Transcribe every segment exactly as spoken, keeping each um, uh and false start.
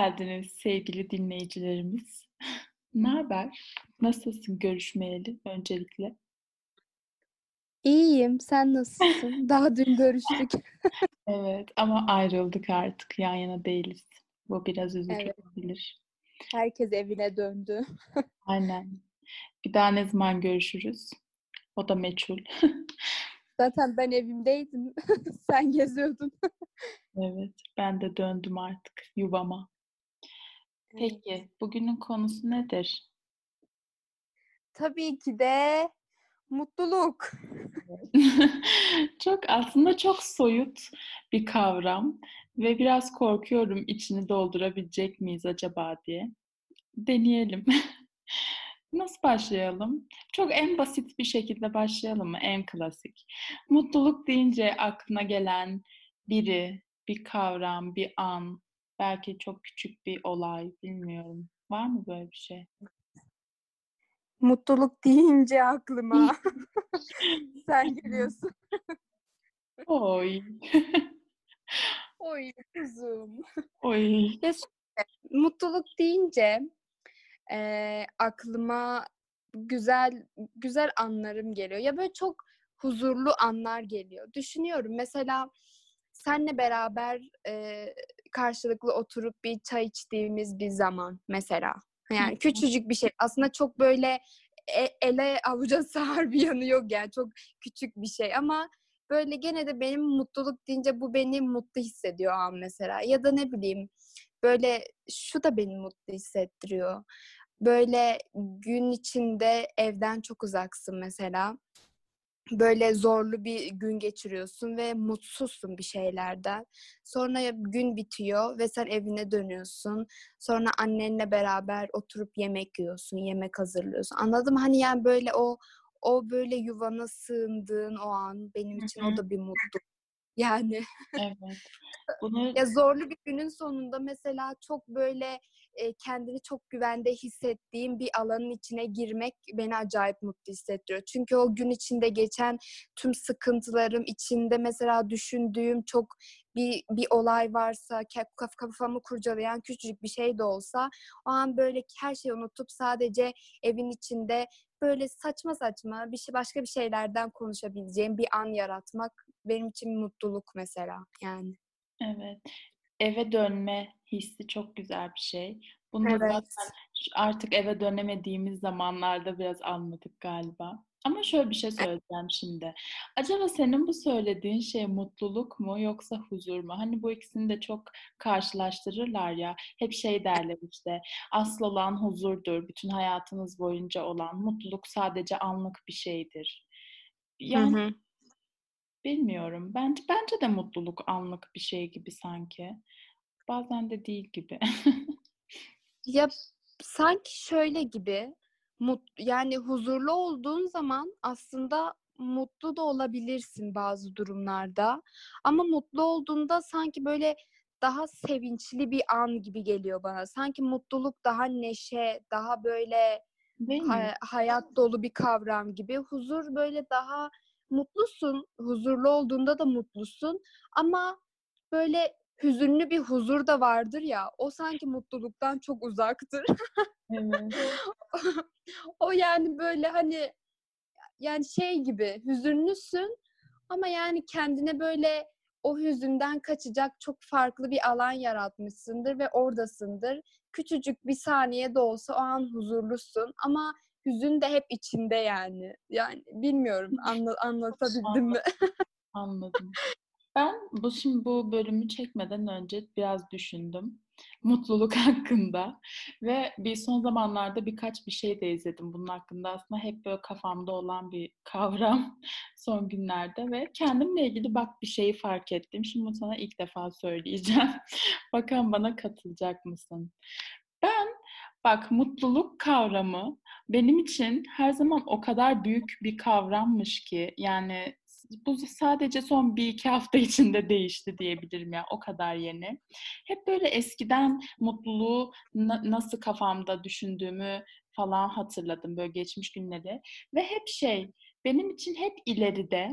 geldiniz sevgili dinleyicilerimiz. Ne haber? Nasılsın görüşmeyeli öncelikle? İyiyim, sen nasılsın? Daha dün görüştük. Evet ama ayrıldık artık. Yan yana değiliz. Bu biraz üzücü Evet, olabilir. herkes evine döndü. Aynen. Bir daha ne zaman görüşürüz? O da meçhul. Zaten ben evimdeydim. Sen geziyordun. Evet, ben de döndüm artık yuvama. Evet. Peki, bugünün konusu nedir? Tabii ki de mutluluk. Çok aslında çok soyut bir kavram ve biraz korkuyorum içini doldurabilecek miyiz acaba diye. Deneyelim. Nasıl başlayalım? Çok en basit bir şekilde başlayalım mı? En klasik. Mutluluk deyince aklına gelen biri, bir kavram, bir an, belki çok küçük bir olay, bilmiyorum. Var mı böyle bir şey? Mutluluk deyince aklıma sen geliyorsun. Oy. Oy kuzum. Oy. Ya şöyle, mutluluk deyince eee, aklıma güzel güzel anlarım geliyor. Ya böyle çok huzurlu anlar geliyor. Düşünüyorum mesela senle beraber eee, karşılıklı oturup bir çay içtiğimiz bir zaman mesela. Yani küçücük bir şey. Aslında çok böyle e- ele avuca sığar bir yanı yok yani. Çok küçük bir şey ama böyle gene de benim mutluluk deyince bu beni mutlu hissediyor o an mesela. Ya da ne bileyim böyle şu da beni mutlu hissettiriyor. Böyle gün içinde evden çok uzaksın mesela. Böyle zorlu bir gün geçiriyorsun ve mutsuzsun bir şeylerden. Sonra gün bitiyor ve sen evine dönüyorsun. Sonra annenle beraber oturup yemek yiyorsun, yemek hazırlıyorsun. Anladın mı? Hani yani böyle o o böyle yuvana sığındığın o an benim Hı için o hı. da bir mutluluk. Yani Evet. Bunu ya zorlu bir günün sonunda mesela çok böyle e, kendini çok güvende hissettiğim bir alanın içine girmek beni acayip mutlu hissettiriyor. Çünkü o gün içinde geçen tüm sıkıntılarım içinde mesela düşündüğüm çok bir bir olay varsa kaf kafamı kurcalayan küçücük bir şey de olsa o an böyle her şeyi unutup sadece evin içinde böyle saçma saçma bir şey başka bir şeylerden konuşabileceğim bir an yaratmak benim için bir mutluluk mesela yani. evet. Eve dönme hissi çok güzel bir şey. Bunu da zaten Evet. artık eve dönemediğimiz zamanlarda biraz anladık galiba. Ama şöyle bir şey söyleyeceğim şimdi. Acaba senin bu söylediğin şey mutluluk mu yoksa huzur mu? Hani bu ikisini de çok karşılaştırırlar ya. Hep şey derler işte. Asıl olan huzurdur. Bütün hayatınız boyunca olan. Mutluluk sadece anlık bir şeydir. Hı Yani hı. bilmiyorum. Bence bence de mutluluk anlık bir şey gibi sanki. Bazen de değil gibi. Ya sanki şöyle gibi mut yani huzurlu olduğun zaman aslında mutlu da olabilirsin bazı durumlarda. Ama mutlu olduğunda sanki böyle daha sevinçli bir an gibi geliyor bana. Sanki mutluluk daha neşe, daha böyle Değil mi? ha- hayat dolu bir kavram gibi. Huzur böyle daha mutlusun. Huzurlu olduğunda da mutlusun. Ama böyle hüzünlü bir huzur da vardır ya. O sanki mutluluktan çok uzaktır. Evet. O yani böyle hani yani şey gibi hüzünlüsün ama yani kendine böyle o hüzünden kaçacak çok farklı bir alan yaratmışsındır ve oradasındır. Küçücük bir saniye de olsa o an huzurlusun ama hüzün de hep içinde yani. Yani bilmiyorum anla, anlatabildim mi? Anladım, anladım. Ben bu şimdi bu bölümü çekmeden önce biraz düşündüm. Mutluluk hakkında ve bir son zamanlarda birkaç bir şey de izledim bunun hakkında. Aslında hep böyle kafamda olan bir kavram son günlerde ve kendimle ilgili bak bir şeyi fark ettim. Şimdi bunu sana ilk defa söyleyeceğim. Bakalım bana katılacak mısın? Ben bak mutluluk kavramı benim için her zaman o kadar büyük bir kavrammış ki yani bu sadece son bir iki hafta içinde değişti diyebilirim ya o kadar yeni. Hep böyle eskiden mutluluğu na- nasıl kafamda düşündüğümü falan hatırladım böyle geçmiş günleri ve hep şey benim için hep ileride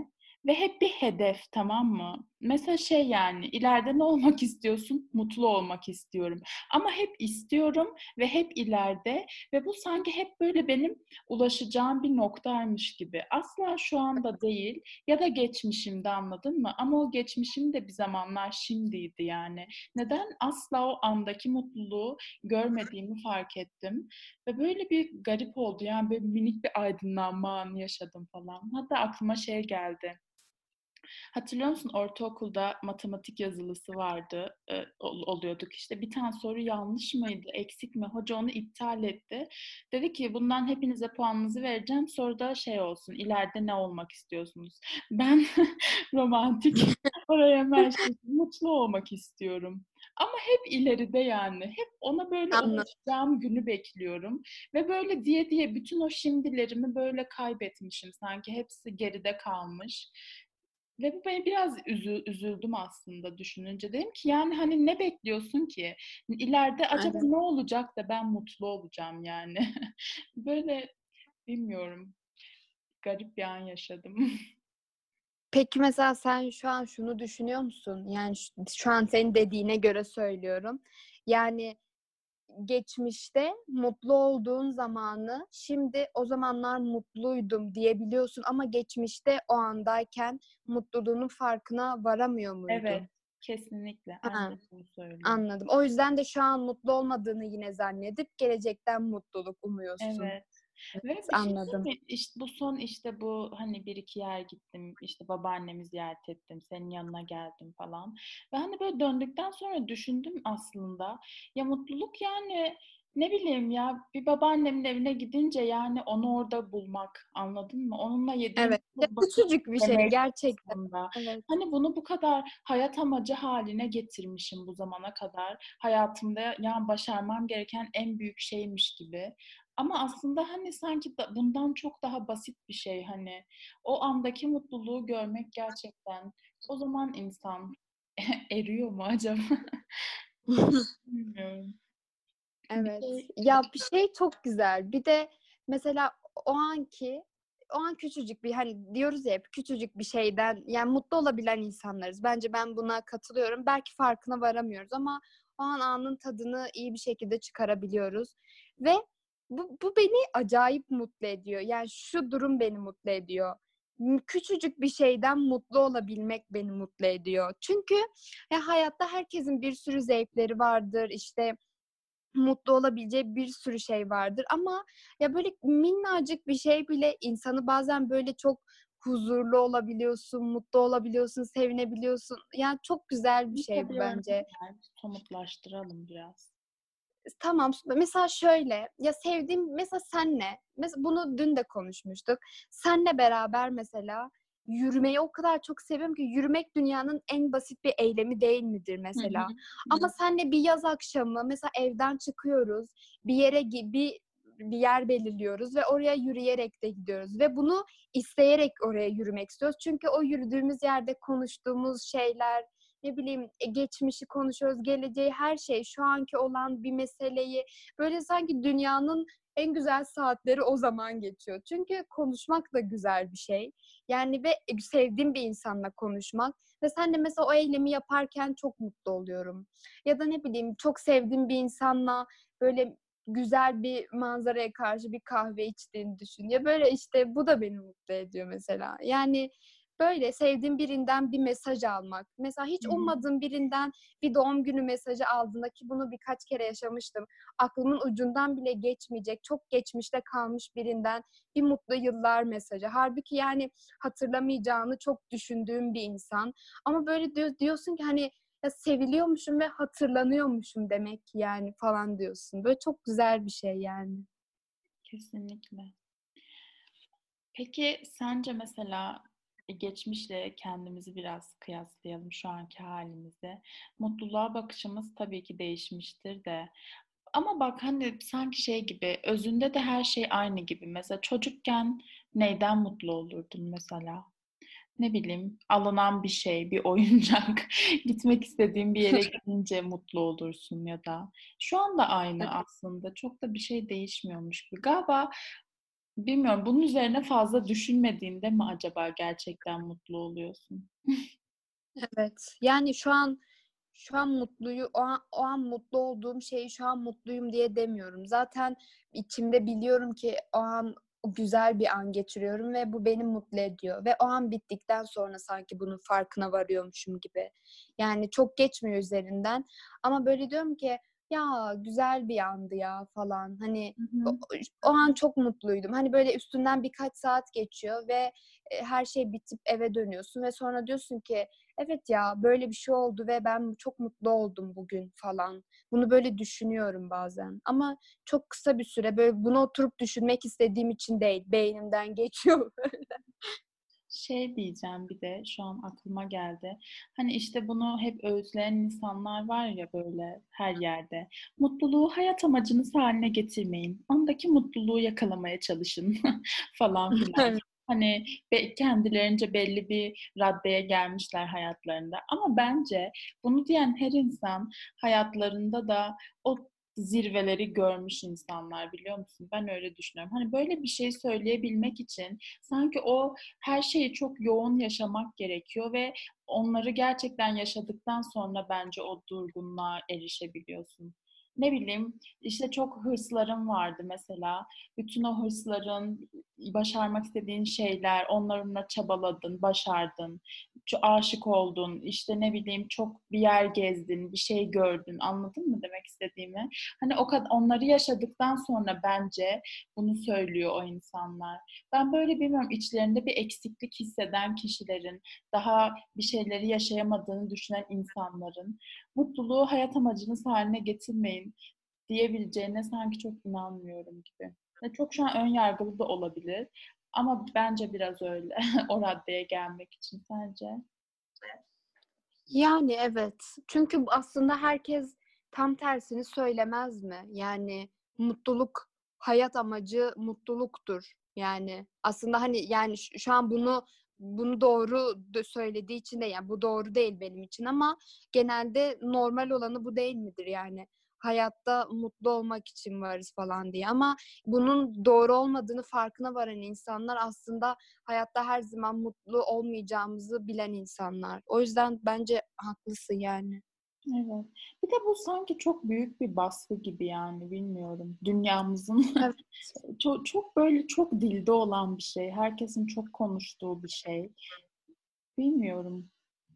Ve hep bir hedef, tamam mı? Mesela şey yani ileride ne olmak istiyorsun? Mutlu olmak istiyorum. Ama hep istiyorum ve hep ileride ve bu sanki hep böyle benim ulaşacağım bir noktaymış gibi. Asla şu anda değil ya da geçmişimde, anladın mı? Ama o geçmişim de bir zamanlar şimdiydi yani. Neden asla o andaki mutluluğu görmediğimi fark ettim. Ve böyle bir garip oldu yani, böyle minik bir aydınlanma anı yaşadım falan. Hatta aklıma şey geldi. Hatırlıyor musun, ortaokulda matematik yazılısı vardı. E, ol- oluyorduk işte. Bir tane soru yanlış mıydı, eksik mi? Hoca onu iptal etti. Dedi ki bundan hepinize puanınızı vereceğim. Soruda şey olsun, ileride ne olmak istiyorsunuz? Ben romantik oraya hemen şey, mutlu olmak istiyorum. Ama hep ileride yani. Hep ona böyle Anladım. ulaşacağım günü bekliyorum. Ve böyle diye diye bütün o şimdilerimi böyle kaybetmişim. Sanki hepsi geride kalmış. Ve bu beni biraz üzü, üzüldüm aslında düşününce. Dedim ki yani hani ne bekliyorsun ki? İleride acaba Evet. ne olacak da ben mutlu olacağım yani? Böyle bilmiyorum. Garip bir an yaşadım. Peki mesela sen şu an şunu düşünüyor musun? Yani şu, şu an senin dediğine göre söylüyorum. Yani geçmişte mutlu olduğun zamanı şimdi o zamanlar mutluydum diyebiliyorsun ama geçmişte o andayken mutluluğunun farkına varamıyor Evet, muydun? kesinlikle. Ha, Aynen bunu söylüyorum. anladım. O yüzden de şu an mutlu olmadığını yine zannedip gelecekten mutluluk umuyorsun. Evet. Ve bir şey değil Anladım. mi? İşte bu son işte bu hani bir iki yer gittim. İşte babaannemi ziyaret ettim. Senin yanına geldim falan. Ve hani böyle döndükten sonra düşündüm aslında. Ya mutluluk yani ne bileyim ya, bir babaannemin evine gidince yani onu orada bulmak, anladın mı? Onunla yediğim Evet. Ya çok basit küçücük bir şey yemek gerçekten. aslında. Evet. Hani bunu bu kadar hayat amacı haline getirmişim bu zamana kadar. Hayatımda yani başarmam gereken en büyük şeymiş gibi. Ama aslında hani sanki da bundan çok daha basit bir şey hani. O andaki mutluluğu görmek gerçekten. O zaman insan eriyor mu acaba? Bilmiyorum. Bir Evet. şey Ya bir şey çok güzel. Bir de mesela o anki o an küçücük bir hani diyoruz ya hep küçücük bir şeyden yani mutlu olabilen insanlarız. Bence ben buna katılıyorum. Belki farkına varamıyoruz ama o an anın tadını iyi bir şekilde çıkarabiliyoruz. Ve bu, bu beni acayip mutlu ediyor. Yani şu durum beni mutlu ediyor. Küçücük bir şeyden mutlu olabilmek beni mutlu ediyor. Çünkü ya hayatta herkesin bir sürü zevkleri vardır. İşte mutlu olabileceği bir sürü şey vardır ama ya böyle minnacık bir şey bile insanı bazen böyle çok huzurlu olabiliyorsun, mutlu olabiliyorsun, sevinebiliyorsun. Yani çok güzel bir şey mesela bu bir örnek bence. ver, somutlaştıralım biraz. Tamam, mesela şöyle, ya sevdiğim mesela senle, mesela bunu dün de konuşmuştuk. Senle beraber mesela yürümeyi o kadar çok seviyorum ki yürümek dünyanın en basit bir eylemi değil midir Hı hı. mesela? Ama senle bir yaz akşamı mesela evden çıkıyoruz, bir yere gi- bir bir yer belirliyoruz ve oraya yürüyerek de gidiyoruz ve bunu isteyerek oraya yürümek istiyoruz. Çünkü o yürüdüğümüz yerde konuştuğumuz şeyler, ne bileyim e, geçmişi konuşuyoruz, geleceği, her şey, şu anki olan bir meseleyi böyle sanki dünyanın en güzel saatleri o zaman geçiyor. Çünkü konuşmak da güzel bir şey. Yani ve e, sevdiğim bir insanla konuşmak ve sen de mesela o eylemi yaparken çok mutlu oluyorum. Ya da ne bileyim çok sevdiğim bir insanla böyle güzel bir manzaraya karşı bir kahve içtiğini düşün. Ya böyle işte bu da beni mutlu ediyor mesela. Yani böyle sevdiğim birinden bir mesaj almak. Mesela hiç Hı hı. ummadığım birinden bir doğum günü mesajı aldığında ki bunu birkaç kere yaşamıştım. Aklımın ucundan bile geçmeyecek, çok geçmişte kalmış birinden bir mutlu yıllar mesajı. Halbuki yani hatırlamayacağını çok düşündüğüm bir insan. Ama böyle diyor, diyorsun ki hani ya seviliyormuşum ve hatırlanıyormuşum demek ki yani falan diyorsun. Böyle çok güzel bir şey yani. Kesinlikle. Peki sence mesela e, geçmişle kendimizi biraz kıyaslayalım şu anki halimizde. Mutluluğa bakışımız tabii ki değişmiştir de. Ama bak hani sanki şey gibi, özünde de her şey aynı gibi. Mesela çocukken neyden mutlu olurdun mesela? Ne bileyim, alınan bir şey, bir oyuncak, gitmek istediğin bir yere gidince mutlu olursun ya da. Şu anda aynı aslında. Çok da bir şey değişmiyormuş gibi. Galiba Bilmiyorum, bunun üzerine fazla düşünmediğinde mi acaba gerçekten mutlu oluyorsun? Evet. Yani şu an şu an mutluyu o an, o an mutlu olduğum şeyi şu an mutluyum diye demiyorum. Zaten içimde biliyorum ki o an güzel bir an geçiriyorum ve bu beni mutlu ediyor. Ve o an bittikten sonra sanki bunun farkına varıyormuşum gibi. Yani çok geçmiyor üzerinden. Ama böyle diyorum ki ya güzel bir andı ya falan. Hani Hı o, hı. o an çok mutluydum. Hani böyle üstünden birkaç saat geçiyor ve e, her şey bitip eve dönüyorsun ve sonra diyorsun ki evet ya böyle bir şey oldu ve ben çok mutlu oldum bugün falan. Bunu böyle düşünüyorum bazen. Ama çok kısa bir süre böyle bunu oturup düşünmek istediğim için değil. Beynimden geçiyor. Şey diyeceğim, bir de şu an aklıma geldi. Hani işte bunu hep öğütleyen insanlar var ya böyle her yerde. Mutluluğu hayat amacınız haline getirmeyin. Andaki mutluluğu yakalamaya çalışın falan filan. Evet. Hani be- kendilerince belli bir raddeye gelmişler hayatlarında. Ama bence bunu diyen her insan hayatlarında da o zirveleri görmüş insanlar, biliyor musun? Ben öyle düşünüyorum. Hani böyle bir şey söyleyebilmek için sanki o her şeyi çok yoğun yaşamak gerekiyor ve onları gerçekten yaşadıktan sonra bence o durgunluğa erişebiliyorsun. Ne bileyim, işte çok hırsların vardı mesela. Bütün o hırsların, başarmak istediğin şeyler, onlarla çabaladın, başardın, çok aşık oldun, işte ne bileyim çok bir yer gezdin, bir şey gördün. Anladın mı demek istediğimi? Hani o kadar onları yaşadıktan sonra bence bunu söylüyor o insanlar. Ben böyle bilmiyorum, içlerinde bir eksiklik hisseden kişilerin, daha bir şeyleri yaşayamadığını düşünen insanların mutluluğu hayat amacınız haline getirmeyin diyebileceğine sanki çok inanmıyorum gibi. Ve çok şu an ön yargılı da olabilir. Ama bence biraz öyle o raddeye gelmek için. Sence? Yani evet. Çünkü aslında herkes tam tersini söylemez mi? Yani mutluluk, hayat amacı mutluluktur. Yani aslında hani yani şu şu an bunu bunu doğru dö- söylediği için de yani bu doğru değil benim için ama genelde normal olanı bu değil midir yani? Hayatta mutlu olmak için varız falan diye ama bunun doğru olmadığını farkına varan insanlar aslında hayatta her zaman mutlu olmayacağımızı bilen insanlar. O yüzden bence haklısın yani. Evet. Bir de bu sanki çok büyük bir baskı gibi, yani bilmiyorum. Dünyamızın Evet. çok, çok böyle çok dilde olan bir şey. Herkesin çok konuştuğu bir şey. Bilmiyorum.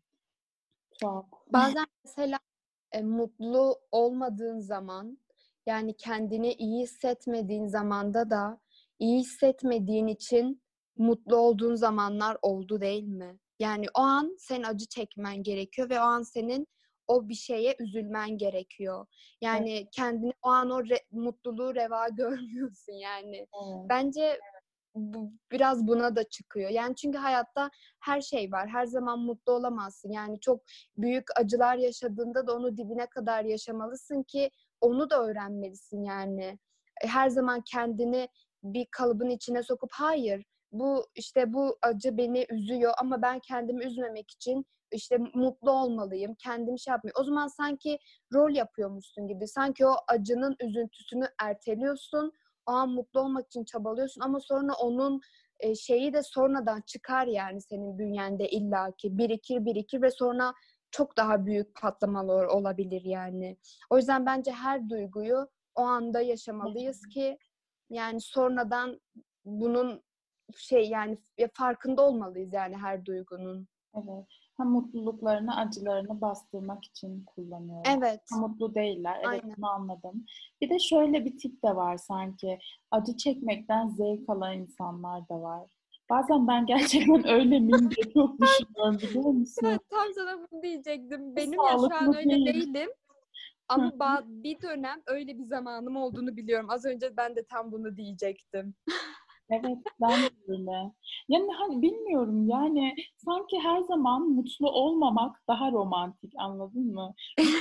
Tuhaf. Bazen mesela e, mutlu olmadığın zaman yani kendini iyi hissetmediğin zamanda da iyi hissetmediğin için mutlu olduğun zamanlar oldu değil mi? Yani o an sen acı çekmen gerekiyor ve o an senin o bir şeye üzülmen gerekiyor. Evet, Yani kendini o an o re- mutluluğu reva görmüyorsun yani. evet. Bence bu, biraz buna da çıkıyor. Yani çünkü hayatta her şey var. Her zaman mutlu olamazsın. Yani çok büyük acılar yaşadığında da onu dibine kadar yaşamalısın ki onu da öğrenmelisin yani. E, Her zaman kendini bir kalıbın içine sokup hayır bu işte bu acı beni üzüyor ama ben kendimi üzmemek için işte mutlu olmalıyım. Kendimi şey yapmıyor. O zaman sanki rol yapıyormuşsun gibi. Sanki o acının üzüntüsünü erteliyorsun. O an mutlu olmak için çabalıyorsun ama sonra onun e, şeyi de sonradan çıkar yani senin bünyende illaki birikir birikir ve sonra çok daha büyük patlamalar olabilir yani. O yüzden bence her duyguyu o anda yaşamalıyız ki yani sonradan bunun şey yani farkında olmalıyız yani her duygunun. Evet. Ha, mutluluklarını, acılarını bastırmak için kullanıyorlar. Ha, Evet, mutlu değiller. Evet, aynen. bunu anladım. Bir de şöyle bir tip de var sanki. Acı çekmekten zevk alan insanlar da var. Bazen ben gerçekten öyle miyim diye çok düşünüyorum, biliyor musun? Evet, tam sana bunu diyecektim. Benim ya şu an Sağlıklı öyle değil. değilim. Ama ba- bir dönem öyle bir zamanım olduğunu biliyorum. Az önce ben de tam bunu diyecektim. Evet, ben de öyle. Yani hani bilmiyorum, yani sanki her zaman mutlu olmamak daha romantik, anladın mı?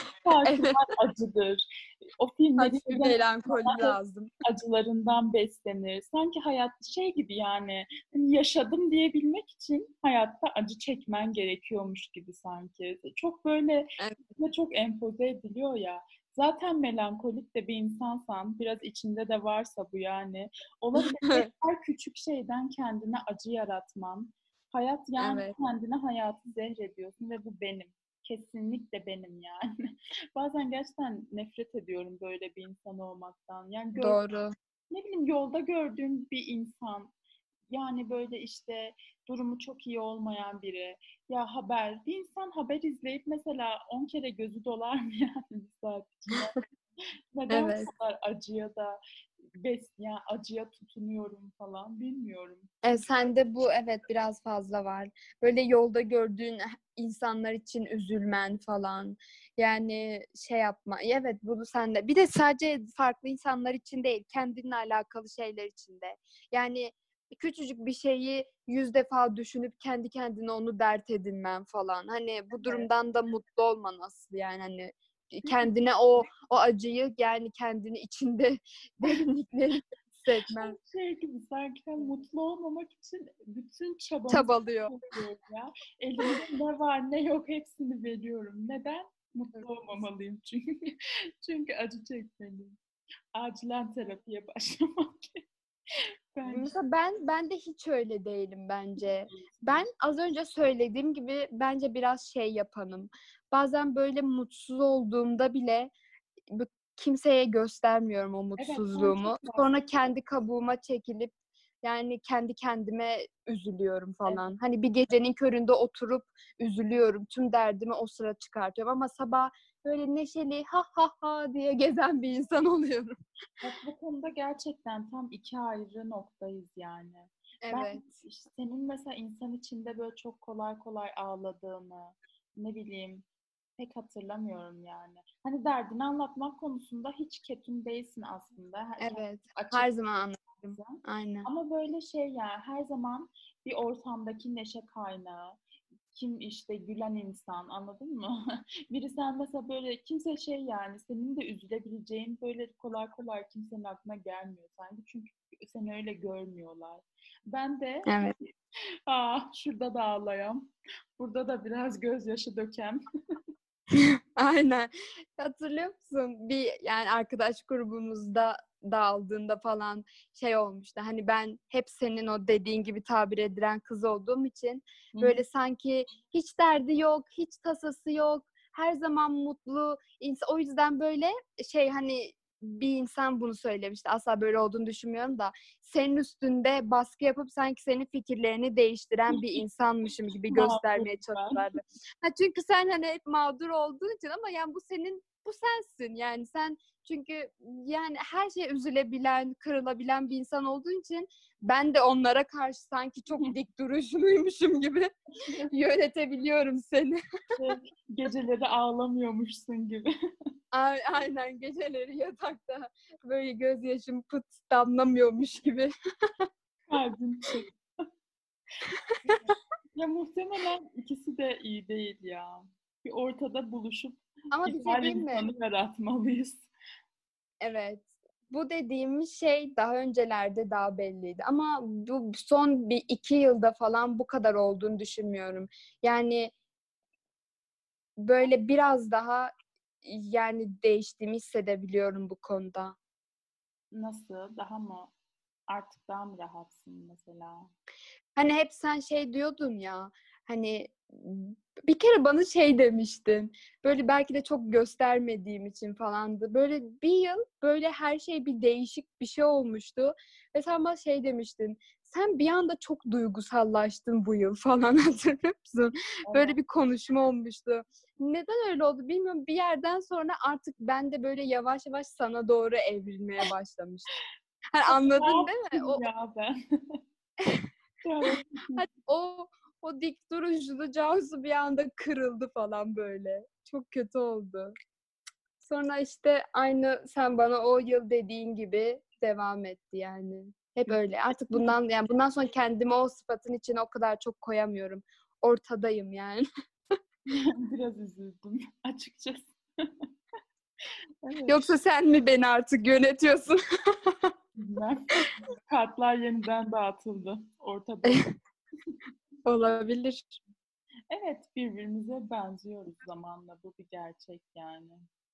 Evet. Şarkılar acıdır. O filmleri Hafif bir izleyen melankoli insanlar hep lazım. acılarından beslenir. Sanki hayat şey gibi, yani hani yaşadım diyebilmek için hayatta acı çekmen gerekiyormuş gibi sanki. Çok böyle Evet. bize çok empoze ediliyor ya. Zaten melankolik de bir insansan, biraz içinde de varsa bu yani, olabilecek her küçük şeyden kendine acı yaratman. Hayat yani Evet, kendine hayatı zehrediyorsun ve bu benim. Kesinlikle benim yani. Bazen gerçekten nefret ediyorum böyle bir insan olmaktan. Yani gör, doğru. ne bileyim yolda gördüğüm bir insan, yani böyle işte durumu çok iyi olmayan biri. Ya haber, bir insan haber izleyip mesela on kere gözü dolar mı yani bir saat içinde? Neden Evet. bu kadar acıya da bes, yani acıya tutunuyorum falan bilmiyorum. E, sende bu evet biraz fazla var. Böyle yolda gördüğün insanlar için üzülmen falan. Yani şey yapma. Evet bunu sende. Bir de sadece farklı insanlar için değil, kendinle alakalı şeyler için de. Yani küçücük bir şeyi yüz defa düşünüp kendi kendine onu dert edinmen falan. Hani bu Evet. durumdan da mutlu olman asıl yani hani kendine o o acıyı yani kendini içinde derinliklerinde hissetmen. Şey gibi sanki ben mutlu olmamak için bütün çabamı Çabalıyor. yapıyorum ya. Elimde ne var ne yok hepsini veriyorum. Neden? Mutlu olmamalıyım çünkü. Çünkü acı çekmeliyim. Acilen terapiye başlamak bence. Mesela ben ben de hiç öyle değilim bence. Ben İyisin. az önce söylediğim gibi bence biraz şey yapanım. Bazen böyle mutsuz olduğumda bile bu- kimseye göstermiyorum o Evet, sen çok mutsuzluğumu. Sonra haklısın. kendi kabuğuma çekilip yani kendi kendime üzülüyorum Evet. falan. Hani bir gecenin köründe oturup üzülüyorum. Tüm derdimi o sıra çıkartıyorum ama sabah böyle neşeli ha ha ha diye gezen bir insan oluyorum. Bak bu konuda gerçekten tam iki ayrı noktayız yani. Ben Evet. işte senin mesela insan içinde böyle çok kolay kolay ağladığını, ne bileyim pek hatırlamıyorum yani. Hani derdini anlatmak konusunda hiç ketum değilsin aslında. Her- Yani Evet. açık Her zaman anladım. değilsin. Aynen. Ama böyle şey yani her zaman bir ortamdaki neşe kaynağı, kim işte gülen insan anladın mı? Biri sen mesela böyle kimse şey yani senin de üzülebileceğin böyle kolay kolay kimsenin aklına gelmiyor sanki. Çünkü seni öyle görmüyorlar. Ben de Evet. aa şurada da ağlayan, burada da biraz gözyaşı döken. Aynen. Hatırlıyor musun? Bir yani arkadaş grubumuzda dağıldığında falan şey olmuştu. Hani ben hep senin o dediğin gibi tabir edilen kız olduğum için Hı hı. böyle sanki hiç derdi yok, hiç tasası yok. Her zaman mutlu. İns- O yüzden böyle şey hani bir insan bunu söylemişti. Asla böyle olduğunu düşünmüyorum da senin üstünde baskı yapıp sanki senin fikirlerini değiştiren bir insanmışım gibi Mağdurum göstermeye ben. çalışıyorlardı. Ha, çünkü sen hani hep mağdur olduğun için ama yani bu senin bu sensin yani sen çünkü yani her şeye üzülebilen, kırılabilen bir insan olduğun için ben de onlara karşı sanki çok dik duruşluymuşum gibi yönetebiliyorum seni. Şey, geceleri ağlamıyormuşsun gibi. A- Aynen geceleri yatakta böyle gözyaşım pıt damlamıyormuş gibi. Kalbim çek. Ya muhtemelen ikisi de iyi değil ya. Bir ortada buluşup Ama bir şey ideal diyeyim mi? insanı yaratmalıyız. Evet. Bu dediğimiz şey daha öncelerde daha belliydi. Ama bu son bir iki yılda falan bu kadar olduğunu düşünmüyorum. Yani böyle biraz daha yani değiştiğimi hissedebiliyorum bu konuda. Nasıl? Daha mı? Artık daha mı rahatsın mesela? Hani hep sen şey diyordun ya hani bir kere bana şey demiştin. Böyle belki de çok göstermediğim için falandı. Böyle bir yıl böyle her şey bir değişik bir şey olmuştu. Ve sen bana şey demiştin. Sen bir anda çok duygusallaştın bu yıl falan hatırlıyor musun? Evet. Böyle bir konuşma olmuştu. Neden öyle oldu bilmiyorum. Bir yerden sonra artık ben de böyle yavaş yavaş sana doğru evrilmeye başlamıştım. Hani Ne anladın değil mi? yaptım O, ya ben? Şu an o Hani o o dik duruşlu Cansu bir anda kırıldı falan böyle. Çok kötü oldu. Sonra işte aynı sen bana o yıl dediğin gibi devam etti yani. Hep öyle. Artık bundan yani bundan sonra kendimi o sıfatın içine o kadar çok koyamıyorum. Ortadayım yani. biraz üzüldüm açıkçası. Evet, Yoksa sen mi beni artık yönetiyorsun? bilmem. Kartlar yeniden dağıtıldı. Ortada ol. Olabilir. Evet, birbirimize benziyoruz zamanla. Bu bir gerçek yani.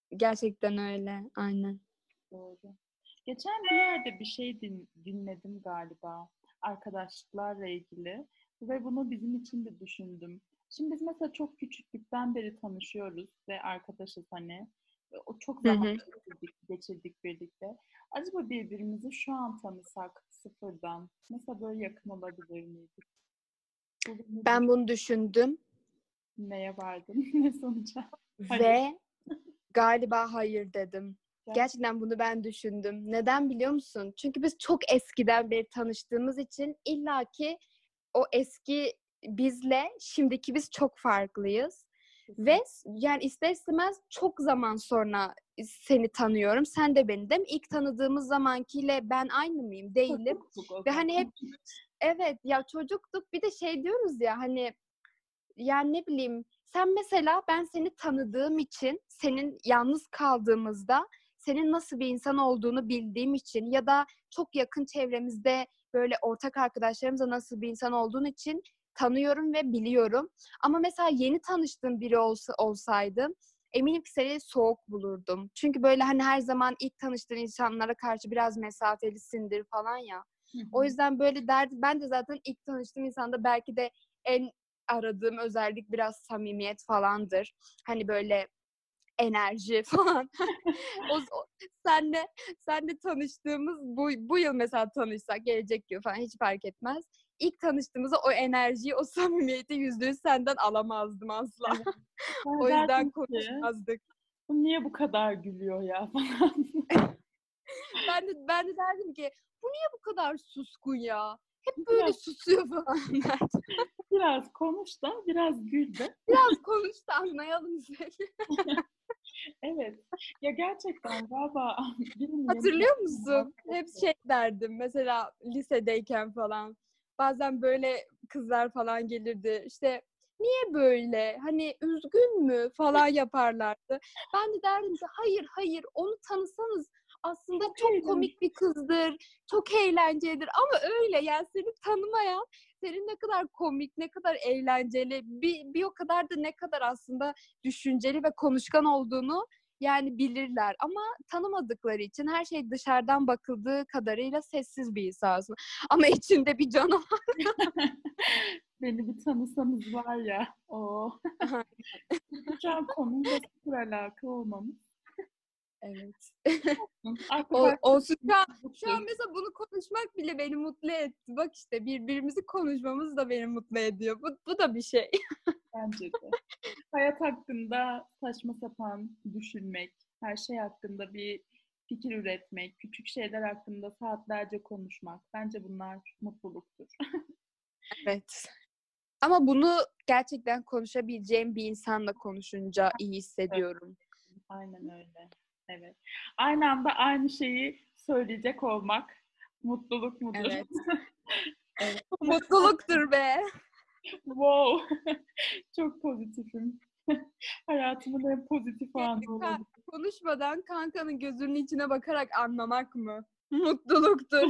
Gerçekten öyle. Aynen. Doğru. Geçen bir yerde bir şey din- dinledim galiba arkadaşlıklarla ilgili ve bunu bizim için de düşündüm. Şimdi biz mesela çok küçüklükten beri tanışıyoruz ve arkadaşız hani. Ve o çok Hı zaman hı. geçirdik, geçirdik birlikte. Acaba birbirimizi şu an tanısak sıfırdan mesela böyle yakın olabilir miydik? Bu beni Ben düş- bunu düşündüm Neye vardın? Ne sonuca? Hayır. ve galiba hayır dedim. Gerçekten. Gerçekten bunu ben düşündüm. Neden biliyor musun? Çünkü biz çok eskiden beri tanıştığımız için illaki o eski bizle şimdiki biz çok farklıyız. Ve yani ister istemez çok zaman sonra seni tanıyorum. Sen de beni, değil mi? İlk tanıdığımız zamankiyle ben aynı mıyım? Değilim. Çocukluk o Ve hani hep zaman. evet ya çocuktuk. Bir de şey diyoruz ya hani yani ne bileyim sen mesela ben seni tanıdığım için senin yalnız kaldığımızda senin nasıl bir insan olduğunu bildiğim için ya da çok yakın çevremizde böyle ortak arkadaşlarımızla nasıl bir insan olduğun için tanıyorum ve biliyorum. Ama mesela yeni tanıştığım biri olsa, olsaydım eminim ki seni soğuk bulurdum. Çünkü böyle hani her zaman ilk tanıştığın insanlara karşı biraz mesafelisindir falan ya. Hı O hı. yüzden böyle derdi. Ben de zaten ilk tanıştığım insanda belki de en aradığım özellik biraz samimiyet falandır. Hani böyle enerji falan. o, o senle senle tanıştığımız bu bu yıl mesela tanışsak gelecek yıl falan hiç fark etmez. İlk tanıştığımızda o enerjiyi, o samimiyeti yüzde yüz senden alamazdım asla. Evet. Sonra O yüzden derdim ki konuşmazdık. bu niye bu kadar gülüyor ya falan. Ben de ben de derdim ki bu niye bu kadar suskun ya? Hep böyle Biraz susuyor falan derdim. biraz konuş da biraz gül de. Biraz konuş da anlayalım seni. Evet. Ya gerçekten galiba birinin yanında Hatırlıyor olmak musun? çok Hep zor. şey derdim mesela lisedeyken falan. Bazen böyle kızlar falan gelirdi. İşte niye böyle? Hani üzgün mü falan yaparlardı. Ben de derdim ki hayır hayır onu tanısanız aslında Çok çok eğlenceli. komik bir kızdır. Çok eğlencelidir ama öyle yani seni tanımayan senin ne kadar komik, ne kadar eğlenceli, bir, bir o kadar da ne kadar aslında düşünceli ve konuşkan olduğunu yani bilirler ama tanımadıkları için her şey dışarıdan bakıldığı kadarıyla sessiz bir insansın. Ama içinde bir canavar. Beni bir tanısanız var ya. O. Şu an konuyla sıfır alaka olmamız. Evet. O, Arkadaşlık olsun. Şu an, şu an budur. mesela bunu konuşmak bile beni mutlu etti. Bak işte birbirimizi konuşmamız da beni mutlu ediyor. Bu, bu da bir şey. Bence de. Hayat hakkında saçma sapan düşünmek, her şey hakkında bir fikir üretmek, küçük şeyler hakkında saatlerce konuşmak. Bence bunlar mutluluktur. Evet. Ama bunu gerçekten konuşabileceğim bir insanla konuşunca iyi Evet, hissediyorum. aynen öyle. Evet. Aynı anda aynı şeyi söyleyecek olmak mutluluk mudur? Evet. Evet. Mutluluktur be. Wow. Çok pozitifim. Hayatımın en pozitif Şey, anı ka- olabilir. konuşmadan kankanın gözünün içine bakarak anlamak mı? Mutluluktur.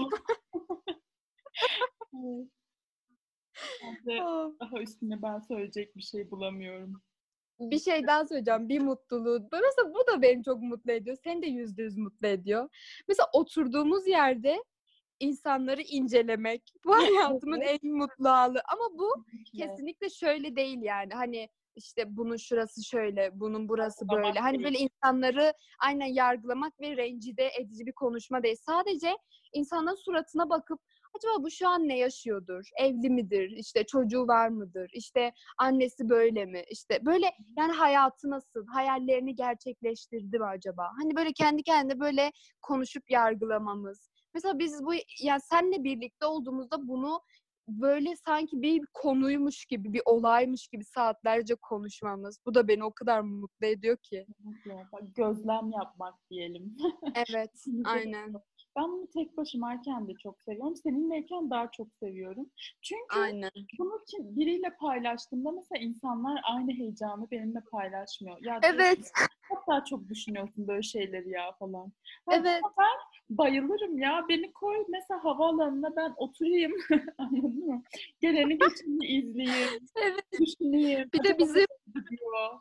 Evet. Bence Oh. daha üstüne ben söyleyecek bir şey bulamıyorum. Bir şey daha söyleyeceğim. Bir mutluluğu. Mesela bu da beni çok mutlu ediyor. Seni de yüzde yüz mutlu ediyor. Mesela oturduğumuz yerde insanları incelemek. Bu hayatımın Evet, en mutlu hali. Ama bu kesinlikle. kesinlikle şöyle değil yani. Hani işte bunun şurası şöyle, bunun burası böyle. Yargılamak Hani değil. böyle insanları aynen yargılamak ve rencide edici bir konuşma değil. Sadece insanların suratına bakıp acaba bu şu an ne yaşıyordur? Evli midir? İşte çocuğu var mıdır? İşte annesi böyle mi? İşte böyle yani hayatı nasıl? Hayallerini gerçekleştirdi mi acaba? Hani böyle kendi kendine böyle konuşup yargılamamız. Mesela biz bu yani seninle birlikte olduğumuzda bunu böyle sanki bir konuymuş gibi, bir olaymış gibi saatlerce konuşmamız. Bu da beni o kadar mutlu ediyor ki. Kesinlikle. Bak, gözlem yapmak diyelim. Evet, İkimize de aynen. çok. Ben bunu tek başımayken de çok seviyorum. Seninleyken daha çok seviyorum. Çünkü Aynen. bunun için biriyle paylaştığımda mesela insanlar aynı heyecanı benimle paylaşmıyor. Ya diyorsun Evet, çok daha çok düşünüyorsun böyle şeyleri ya falan. Ha, evet, ama ben bayılırım ya. Beni koy mesela havaalanına ben oturayım. Anladın mı? Geleni geçeni izleyeyim. evet. Düşüneyim. Bir de Acaba bizim nasıl gidiyor?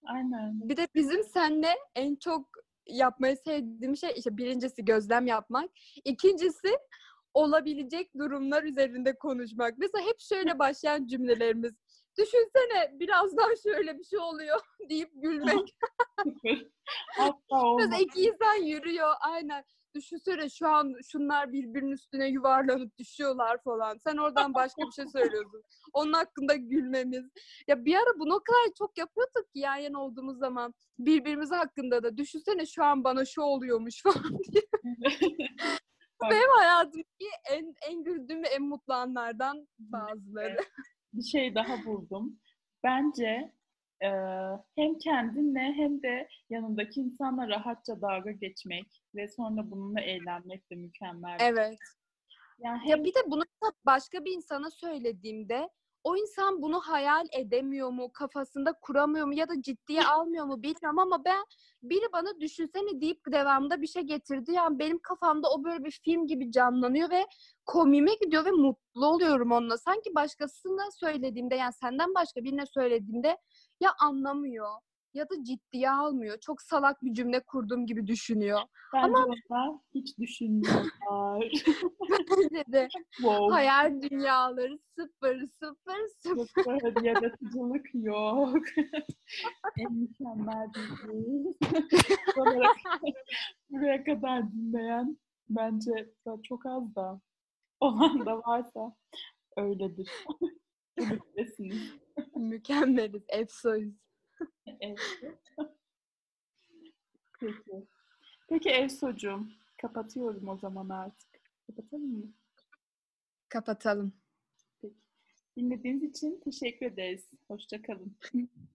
Aynen. Bir de bizim seninle en çok yapmayı sevdiğim şey işte birincisi gözlem yapmak. İkincisi olabilecek durumlar üzerinde konuşmak. Mesela hep şöyle başlayan cümlelerimiz. Düşünsene birazdan şöyle bir şey oluyor deyip gülmek. Sıfır. Asla olmaz. Mesela iki insan yürüyor aynen. Düşünsene şu an şunlar birbirinin üstüne yuvarlanıp düşüyorlar falan. Sen oradan başka bir şey söylüyorsun. Onun hakkında gülmemiz. Ya bir ara bunu o kadar çok yapıyorduk ki yan yana olduğumuz zaman. Birbirimiz hakkında da düşünsene şu an bana şu oluyormuş falan diye. Bak, Benim hayatımdaki en, en güldüğüm ve en mutlu anlardan bazıları. bir şey daha buldum. Bence e, hem kendinle hem de yanındaki insanla rahatça dalga geçmek ve sonra bununla eğlenmek de mükemmel bir şey. Evet. Yani Ya hem bir de bunu başka bir insana söylediğimde o insan bunu hayal edemiyor mu, kafasında kuramıyor mu ya da ciddiye almıyor mu bilmiyorum ama ben biri bana düşünsene deyip devamında bir şey getirdiği an benim kafamda o böyle bir film gibi canlanıyor ve komiğime gidiyor ve mutlu oluyorum onunla. Sanki başkasına söylediğimde yani senden başka birine söylediğimde ya anlamıyor ya da ciddiye almıyor. Çok salak bir cümle kurduğum gibi düşünüyor. Ama bence onlar hiç düşünmüyorlar. bence de Wow. hayal dünyaları sıfır sıfır sıfır. Sıfır yaratıcılık yok. En mükemmel bilgi. Olarak buraya kadar dinleyen bence da çok az da olan da varsa öyledir. Kulüptesiniz. Mükemmeliz, efsoyuz. Evet. Peki. Peki Efsocuğum, kapatıyorum o zaman artık. Kapatalım mı? Kapatalım. Peki. Dinlediğiniz için teşekkür ederiz. Hoşça kalın.